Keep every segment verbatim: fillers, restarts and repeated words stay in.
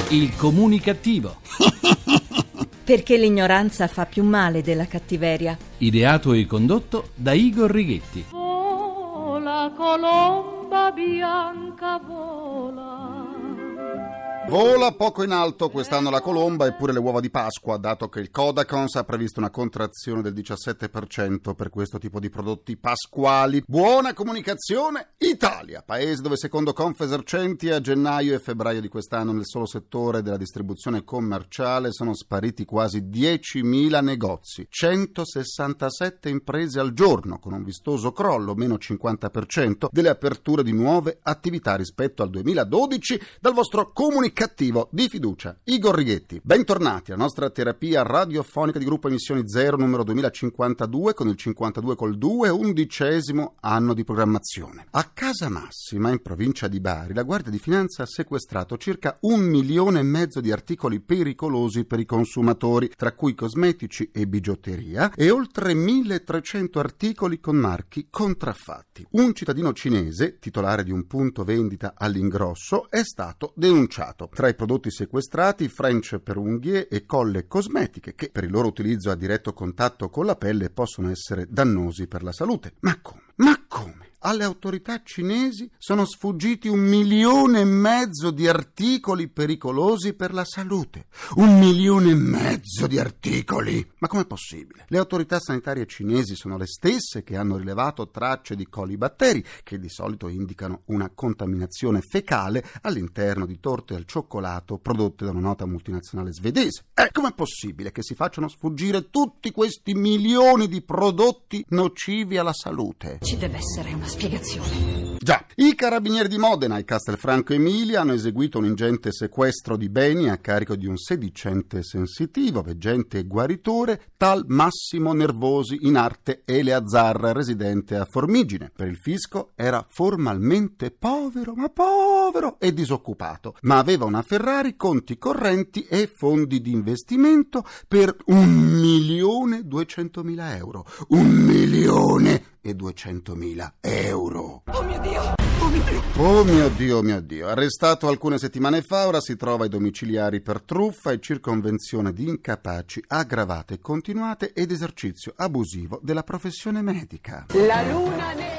Il comunicativo. Perché l'ignoranza fa più male della cattiveria. Ideato e condotto da Igor Righetti. Vola colomba bianca, vola. Vola poco in alto quest'anno la colomba e pure le uova di Pasqua, dato che il Codacons ha previsto una contrazione del diciassette per cento per questo tipo di prodotti pasquali. Buona comunicazione, Italia, paese dove secondo Confesercenti a gennaio e febbraio di quest'anno nel solo settore della distribuzione commerciale sono spariti quasi diecimila negozi, centosessantasette imprese al giorno, con un vistoso crollo, meno cinquanta per cento, delle aperture di nuove attività rispetto al duemiladodici dal vostro comunicativo cattivo di fiducia, Igor Righetti. Bentornati alla nostra terapia radiofonica di gruppo Emissioni Zero numero duemilacinquantadue, con il cinquantadue col due, undicesimo anno di programmazione. A Casa Massima, in provincia di Bari, la Guardia di Finanza ha sequestrato circa un milione e mezzo di articoli pericolosi per i consumatori, tra cui cosmetici e bigiotteria, e oltre milletrecento articoli con marchi contraffatti. Un cittadino cinese, titolare di un punto vendita all'ingrosso, è stato denunciato. Tra i prodotti sequestrati, French per unghie e colle cosmetiche, che per il loro utilizzo a diretto contatto con la pelle possono essere dannosi per la salute. Ma come? Ma come? Alle autorità cinesi sono sfuggiti un milione e mezzo di articoli pericolosi per la salute. Un milione e mezzo di articoli! Ma com'è possibile? Le autorità sanitarie cinesi sono le stesse che hanno rilevato tracce di colibatteri, che di solito indicano una contaminazione fecale all'interno di torte al cioccolato prodotte da una nota multinazionale svedese. E com'è possibile che si facciano sfuggire tutti questi milioni di prodotti nocivi alla salute? Ci deve essere una spiegazione. Già, i carabinieri di Modena e Castelfranco Emilia hanno eseguito un ingente sequestro di beni a carico di un sedicente sensitivo, veggente e guaritore, tal Massimo Nervosi, in arte Eleazar, residente a Formigine. Per il fisco era formalmente povero, ma povero e disoccupato, ma aveva una Ferrari, conti correnti e fondi di investimento per un milione duecentomila euro. Un milione e duecentomila euro. Oh mio Dio! Oh mio Dio! Oh mio Dio, oh mio Dio. Arrestato alcune settimane fa, ora si trova ai domiciliari per truffa e circonvenzione di incapaci aggravate, continuate ed esercizio abusivo della professione medica. La luna nera!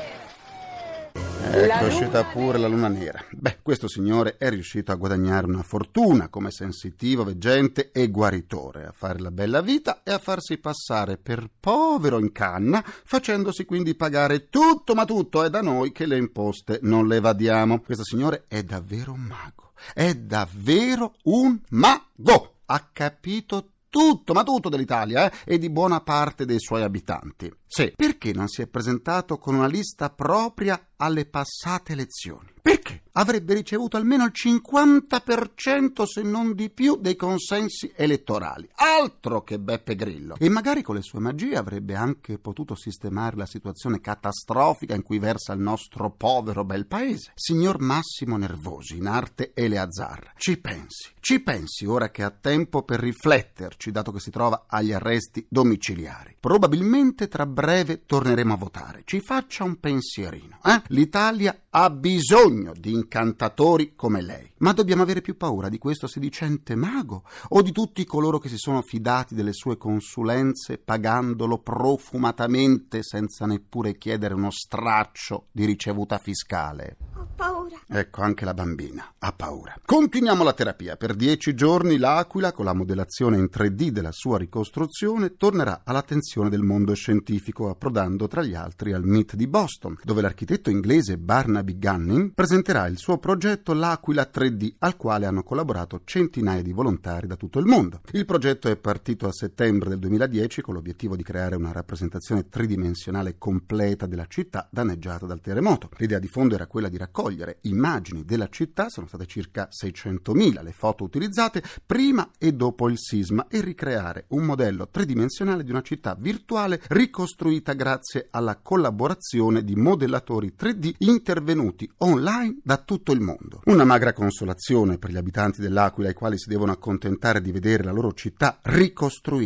Ecco, è uscita pure la luna nera. Beh, questo signore è riuscito a guadagnare una fortuna come sensitivo, veggente e guaritore, a fare la bella vita e a farsi passare per povero in canna, facendosi quindi pagare tutto, ma tutto è da noi che le imposte non le evadiamo. Questo signore è davvero un mago, è davvero un mago, ha capito tutto, ma tutto dell'Italia eh, e di buona parte dei suoi abitanti. Sì, perché non si è presentato con una lista propria alle passate elezioni? Perché? Avrebbe ricevuto almeno il cinquanta per cento, se non di più, dei consensi elettorali. Altro che Beppe Grillo. E magari con le sue magie avrebbe anche potuto sistemare la situazione catastrofica in cui versa il nostro povero bel paese. Signor Massimo Nervosi, in arte Eleazar, ci pensi, ci pensi ora che ha tempo per rifletterci, dato che si trova agli arresti domiciliari. Probabilmente tra breve torneremo a votare. Ci faccia un pensierino, eh? L'Italia ha bisogno di incantatori come lei. Ma dobbiamo avere più paura di questo sedicente mago o di tutti coloro che si sono fidati delle sue consulenze pagandolo profumatamente senza neppure chiedere uno straccio di ricevuta fiscale? Ho paura. Ecco, anche la bambina ha paura. Continuiamo la terapia. Per dieci giorni l'Aquila, con la modellazione in tre D della sua ricostruzione, tornerà all'attenzione del mondo scientifico, approdando tra gli altri al M I T di Boston, dove l'architetto inglese Barnaby Gunning presenterà il suo progetto L'Aquila tre D, al quale hanno collaborato centinaia di volontari da tutto il mondo. Il progetto è partito a settembre del duemiladieci con l'obiettivo di creare una rappresentazione tridimensionale completa della città danneggiata dal terremoto. L'idea di fondo era quella di raccogliere immagini della città, sono state circa seicentomila le foto utilizzate prima e dopo il sisma, e ricreare un modello tridimensionale di una città virtuale ricostruita grazie alla collaborazione di modellatori tre D intervenuti online da tutto il mondo. Una magra consolazione per gli abitanti dell'Aquila, ai quali si devono accontentare di vedere la loro città ricostruita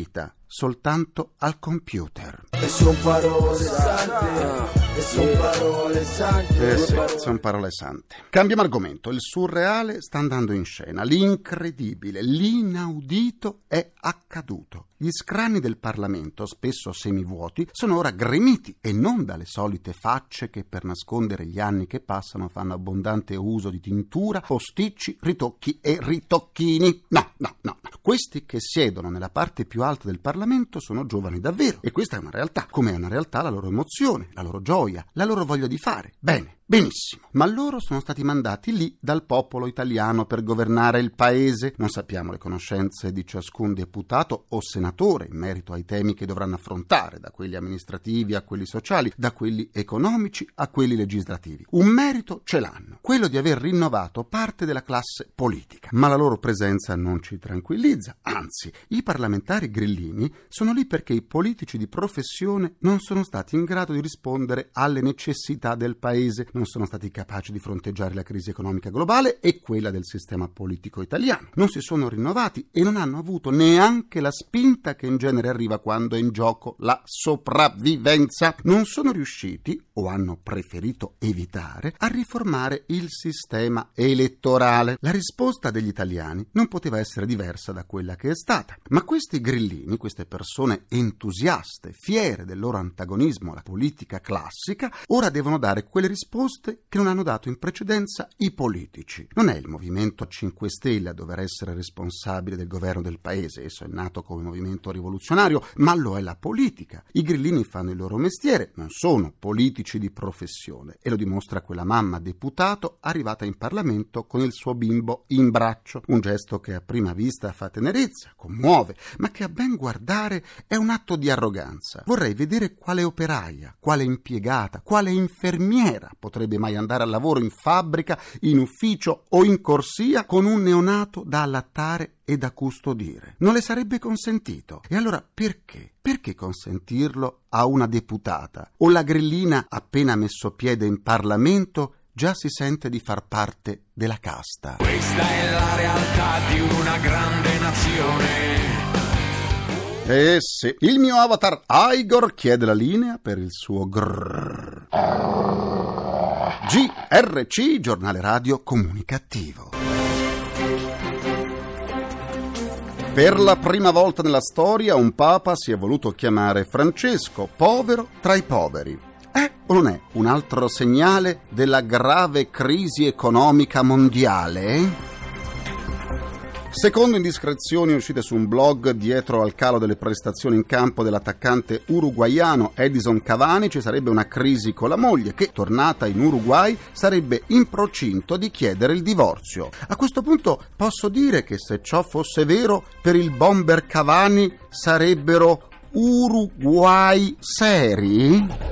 soltanto al computer. E son parole sante, e son parole sante. Eh sì, sono parole sante. Cambiamo argomento. Il surreale sta andando in scena. L'incredibile, l'inaudito è accaduto. Gli scranni del Parlamento, spesso semivuoti, sono ora gremiti e non dalle solite facce che per nascondere gli anni che passano fanno abbondante uso di tintura, posticci, ritocchi e ritocchini. No, no, no. Questi che siedono nella parte più alta del Parlamento sono giovani davvero e questa è una realtà, come è una realtà la loro emozione, la loro gioia, la loro voglia di fare. Bene, benissimo, ma loro sono stati mandati lì dal popolo italiano per governare il paese. Non sappiamo le conoscenze di ciascun deputato o senatore in merito ai temi che dovranno affrontare, da quelli amministrativi a quelli sociali, da quelli economici a quelli legislativi. Un merito ce l'hanno, quello di aver rinnovato parte della classe politica, ma la loro presenza non ci tranquillizza, anzi, i parlamentari grillini sono lì perché i politici di professione non sono stati in grado di rispondere alle necessità del paese, non sono stati capaci di fronteggiare la crisi economica globale e quella del sistema politico italiano. Non si sono rinnovati e non hanno avuto neanche la spinta che in genere arriva quando è in gioco la sopravvivenza. Non sono riusciti, o hanno preferito evitare, a riformare il sistema elettorale. La risposta degli italiani non poteva essere diversa da quella che è stata. Ma questi grillini, queste persone entusiaste, fiere del loro antagonismo alla politica classica, ora devono dare quelle risposte che non hanno dato in precedenza i politici. Non è il Movimento cinque Stelle a dover essere responsabile del governo del paese, esso è nato come movimento rivoluzionario, ma lo è la politica. I grillini fanno il loro mestiere, non sono politici di professione, e lo dimostra quella mamma deputato arrivata in Parlamento con il suo bimbo in braccio, un gesto che a prima vista fa tenerezza, commuove, ma che a ben guardare è un atto di arroganza. Vorrei vedere quale operaia, quale impiegata, quale infermiera potrebbe mai andare al lavoro in fabbrica, in ufficio o in corsia con un neonato da allattare e da custodire. Non le sarebbe consentito. E allora perché? Perché consentirlo a una deputata? O la grillina appena messo piede in Parlamento già si sente di far parte della casta? Questa è la realtà di una grande nazione. Eh sì, il mio avatar Igor chiede la linea per il suo grrrr. G R C, giornale radio comunicativo. Per la prima volta nella storia un papa si è voluto chiamare Francesco, povero tra i poveri. È o non è un altro segnale della grave crisi economica mondiale? Secondo indiscrezioni uscite su un blog, dietro al calo delle prestazioni in campo dell'attaccante uruguaiano Edison Cavani ci sarebbe una crisi con la moglie che, tornata in Uruguay, sarebbe in procinto di chiedere il divorzio. A questo punto posso dire che se ciò fosse vero, per il bomber Cavani sarebbero Uruguay seri?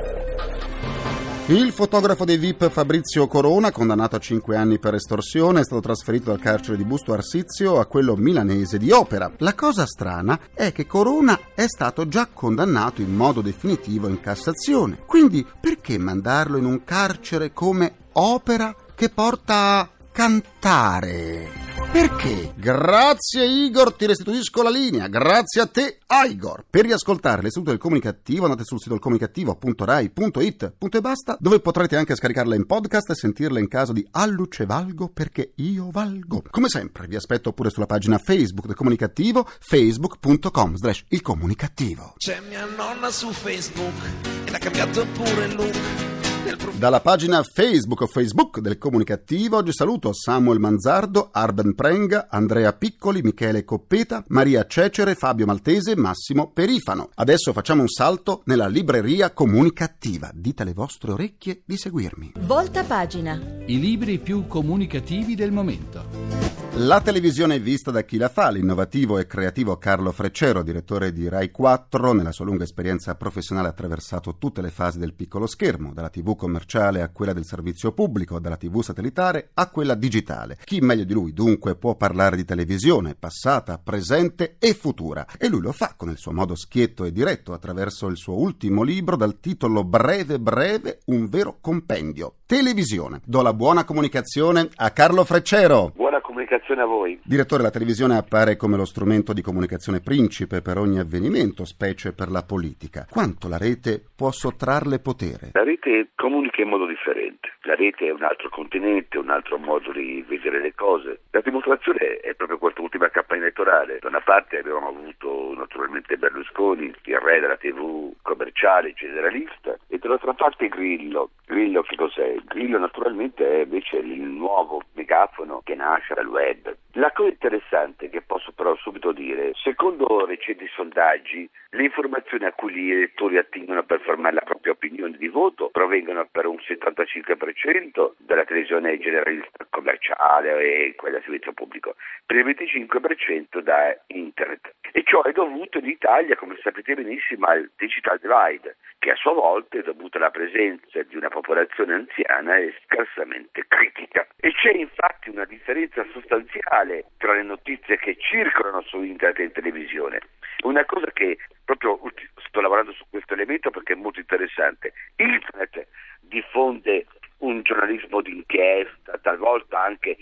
Il fotografo dei V I P Fabrizio Corona, condannato a cinque anni per estorsione, è stato trasferito dal carcere di Busto Arsizio a quello milanese di Opera. La cosa strana è che Corona è stato già condannato in modo definitivo in Cassazione. Quindi perché mandarlo in un carcere come Opera che porta a cantare? Perché? Grazie Igor, ti restituisco la linea. Grazie a te Igor. Per riascoltare l'istituto del comunicativo andate sul sito comunicativo punto rai punto it punto e basta, dove potrete anche scaricarla in podcast e sentirla in caso di Alluce Valgo perché io valgo. Come sempre vi aspetto pure sulla pagina Facebook del comunicativo, facebook punto com slash il comunicativo. C'è mia nonna su Facebook e l'ha cambiato pure il look. Dalla pagina Facebook o Facebook del Comunicativo oggi saluto Samuel Manzardo, Arben Prenga, Andrea Piccoli, Michele Coppeta, Maria Cecere, Fabio Maltese, Massimo Perifano. Adesso facciamo un salto nella libreria comunicativa. Dite alle vostre orecchie di seguirmi. Volta pagina. I libri più comunicativi del momento. La televisione vista da chi la fa, l'innovativo e creativo Carlo Freccero, direttore di Rai quattro, nella sua lunga esperienza professionale ha attraversato tutte le fasi del piccolo schermo, dalla tivù commerciale a quella del servizio pubblico, dalla tivù satellitare a quella digitale. Chi meglio di lui dunque può parlare di televisione, passata, presente e futura. E lui lo fa con il suo modo schietto e diretto attraverso il suo ultimo libro dal titolo Breve Breve, un vero compendio. Televisione. Do la buona comunicazione a Carlo Freccero. Buona comunicazione comunicazione a voi. Direttore, la televisione appare come lo strumento di comunicazione principe per ogni avvenimento, specie per la politica. Quanto la rete può sottrarle potere? La rete comunica in modo differente. La rete è un altro continente, un altro modo di vedere le cose. La dimostrazione è proprio quest'ultima campagna elettorale. Da una parte abbiamo avuto naturalmente Berlusconi, il re della tivù commerciale, generalista, e dall'altra parte Grillo. Grillo che cos'è? Grillo naturalmente è invece il nuovo megafono che nasce dal web. La cosa interessante che posso però subito dire, secondo recenti sondaggi, le informazioni a cui gli elettori attingono per formare la propria opinione di voto provengono per un settantacinque per cento dalla televisione generalista commerciale e quella a servizio pubblico, per il venticinque per cento da internet. E ciò è dovuto in Italia, come sapete benissimo, al digital divide, che a sua volta è dovuto alla presenza di una popolazione anziana e scarsamente critica. E c'è infatti una differenza sostanziale tra le notizie che circolano su internet e in televisione. Una cosa che proprio sto lavorando su questo elemento perché è molto interessante. Internet diffonde un giornalismo d'inchiesta, talvolta anche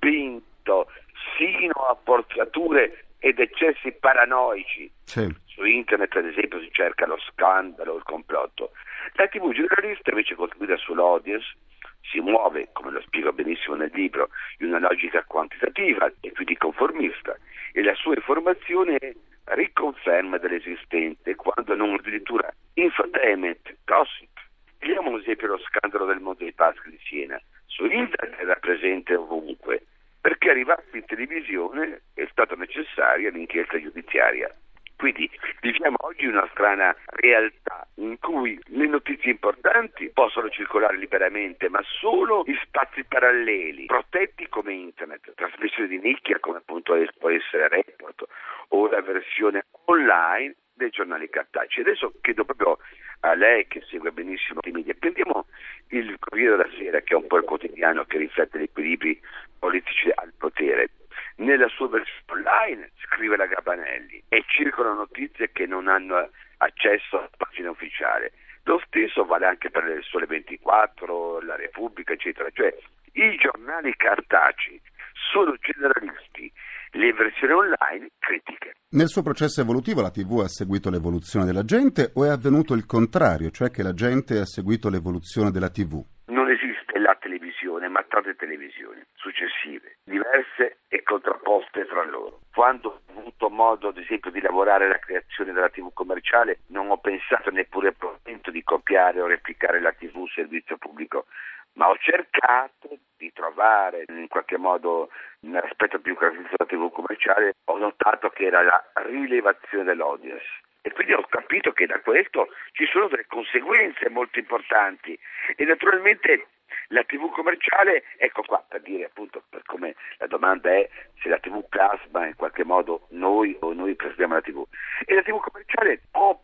spinto sino a forzature ed eccessi paranoici. Sì. Su internet, ad esempio, si cerca lo scandalo, il complotto. La tivù generalista, invece, costruita sull'audience, si muove, come lo spiego benissimo nel libro, in una logica quantitativa e quindi conformista, e la sua informazione riconferma dell'esistente, quando non addirittura infotainment, gossip. Vediamo un esempio lo scandalo del Monte dei Paschi di Siena. Su internet era presente ovunque, perché arrivasse in televisione è stata necessaria l'inchiesta giudiziaria. Quindi viviamo oggi in una strana realtà in cui le notizie importanti possono circolare liberamente, ma solo in spazi paralleli, protetti come internet, trasmissioni di nicchia come appunto può essere Report o la versione online dei giornali cartacei. Adesso chiedo proprio a lei, che segue benissimo i media, prendiamo il Corriere della Sera, che è un po' il quotidiano che riflette gli equilibri politici al potere. Nella sua versione online scrive la Gabanelli e circolano notizie che non hanno accesso alla pagina ufficiale. Lo stesso vale anche per il Sole ventiquattro, la Repubblica, eccetera. Cioè i giornali cartacei sono generalisti, le versioni online critiche. Nel suo processo evolutivo la tivù ha seguito l'evoluzione della gente o è avvenuto il contrario, cioè che la gente ha seguito l'evoluzione della tivù? Non esiste la televisione, ma tante televisioni successive, diverse e contrapposte tra loro. Quando ho avuto modo, ad esempio, di lavorare alla creazione della tivù commerciale, non ho pensato neppure al momento di copiare o replicare la tivù servizio pubblico, ma ho cercato di trovare in qualche modo nell'aspetto più caratteristico della tivù commerciale. Ho notato che era la rilevazione dell'audience. E quindi ho capito che da questo ci sono delle conseguenze molto importanti e naturalmente la tivù commerciale, ecco qua per dire appunto, per come la domanda è se la tivù plasma in qualche modo noi o noi plasmiamo la tivù, e la tivù commerciale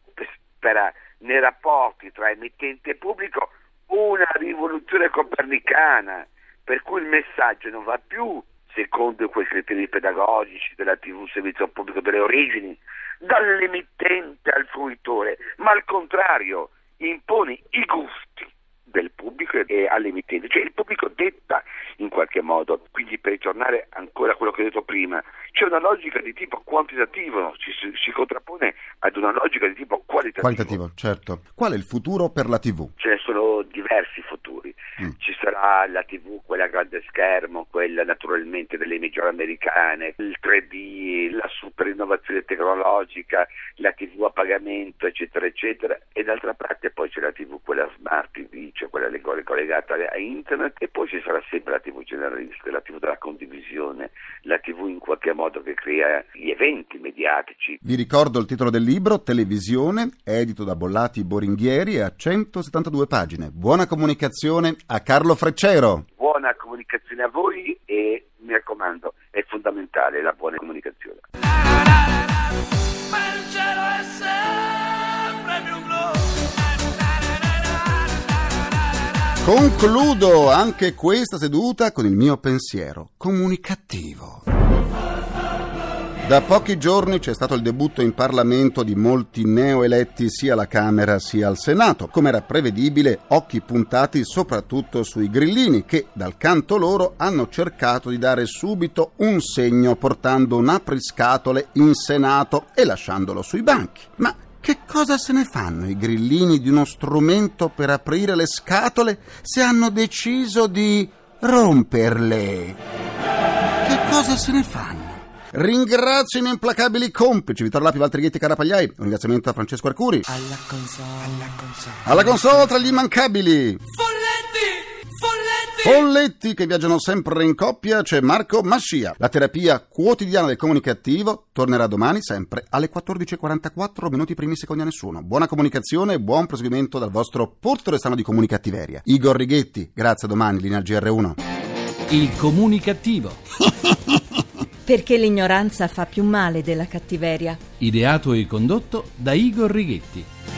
opera nei rapporti tra emittente e pubblico una rivoluzione copernicana, per cui il messaggio non va più secondo quei criteri pedagogici della tivù servizio pubblico delle origini, dall'emittente al fruitore, ma al contrario impone i gusti del pubblico e all'emittente, cioè il pubblico detta in qualche modo. Quindi, per ritornare ancora a quello che ho detto prima, c'è una logica di tipo quantitativo, ci si, si contrappone ad una logica di tipo qualitativo. Qualitativo, certo. Qual è il futuro per la tivù? Ce ne sono diversi futuri. Mm. Ci sarà la tivù, quella a grande schermo, quella naturalmente delle major americane, il tre D, la super innovazione tecnologica, la tivù a pagamento, eccetera, eccetera. E d'altra parte poi c'è la tivù, quella smart T V, cioè quella collegata a internet, e poi ci sarà sempre la tivù generalista, la tivù della condivisione, la tivù in qualche modo che crea gli eventi mediatici. Vi ricordo il titolo del libro, Televisione, edito da Bollati Boringhieri, e a centosettantadue pagine. Buona comunicazione a Carlo Freccero. Buona comunicazione a voi e mi raccomando, è fondamentale la buona comunicazione. Concludo anche questa seduta con il mio pensiero comunicativo. Da pochi giorni c'è stato il debutto in Parlamento di molti neoeletti sia alla Camera sia al Senato. Come era prevedibile, occhi puntati soprattutto sui grillini che, dal canto loro, hanno cercato di dare subito un segno portando un apriscatole in Senato e lasciandolo sui banchi. Ma che cosa se ne fanno i grillini di uno strumento per aprire le scatole se hanno deciso di romperle? Che cosa se ne fanno? Ringrazio i miei implacabili complici Vittorio Lapi, Walter Ghetti, Carapagliai. Un ringraziamento a Francesco Arcuri. Alla console, alla console. Alla console tra gli immancabili Folletti! Folletti! Folletti che viaggiano sempre in coppia, c'è Marco Mascia. La terapia quotidiana del comunicativo tornerà domani sempre alle quattordici e quarantaquattro, minuti primi secondi a nessuno. Buona comunicazione e buon proseguimento dal vostro portorestano di comunicattiveria. Igor Righetti, grazie, a domani, linea G R uno. Il comunicativo. Perché l'ignoranza fa più male della cattiveria. Ideato e condotto da Igor Righetti.